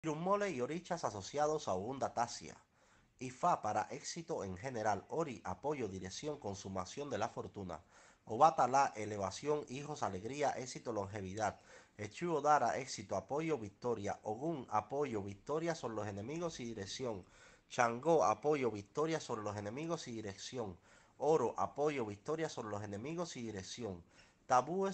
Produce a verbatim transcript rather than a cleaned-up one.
Irumole y orichas asociados a Ogunda Tasia. Ifá para éxito en general. Ori, apoyo, dirección, consumación de la fortuna. Obatala, elevación, hijos, alegría, éxito, longevidad. Echu Odara, éxito, apoyo, victoria. Ogun, apoyo, victoria sobre los enemigos y dirección. Shango, apoyo, victoria sobre los enemigos y dirección. Oro, apoyo, victoria sobre los enemigos y dirección. Tabú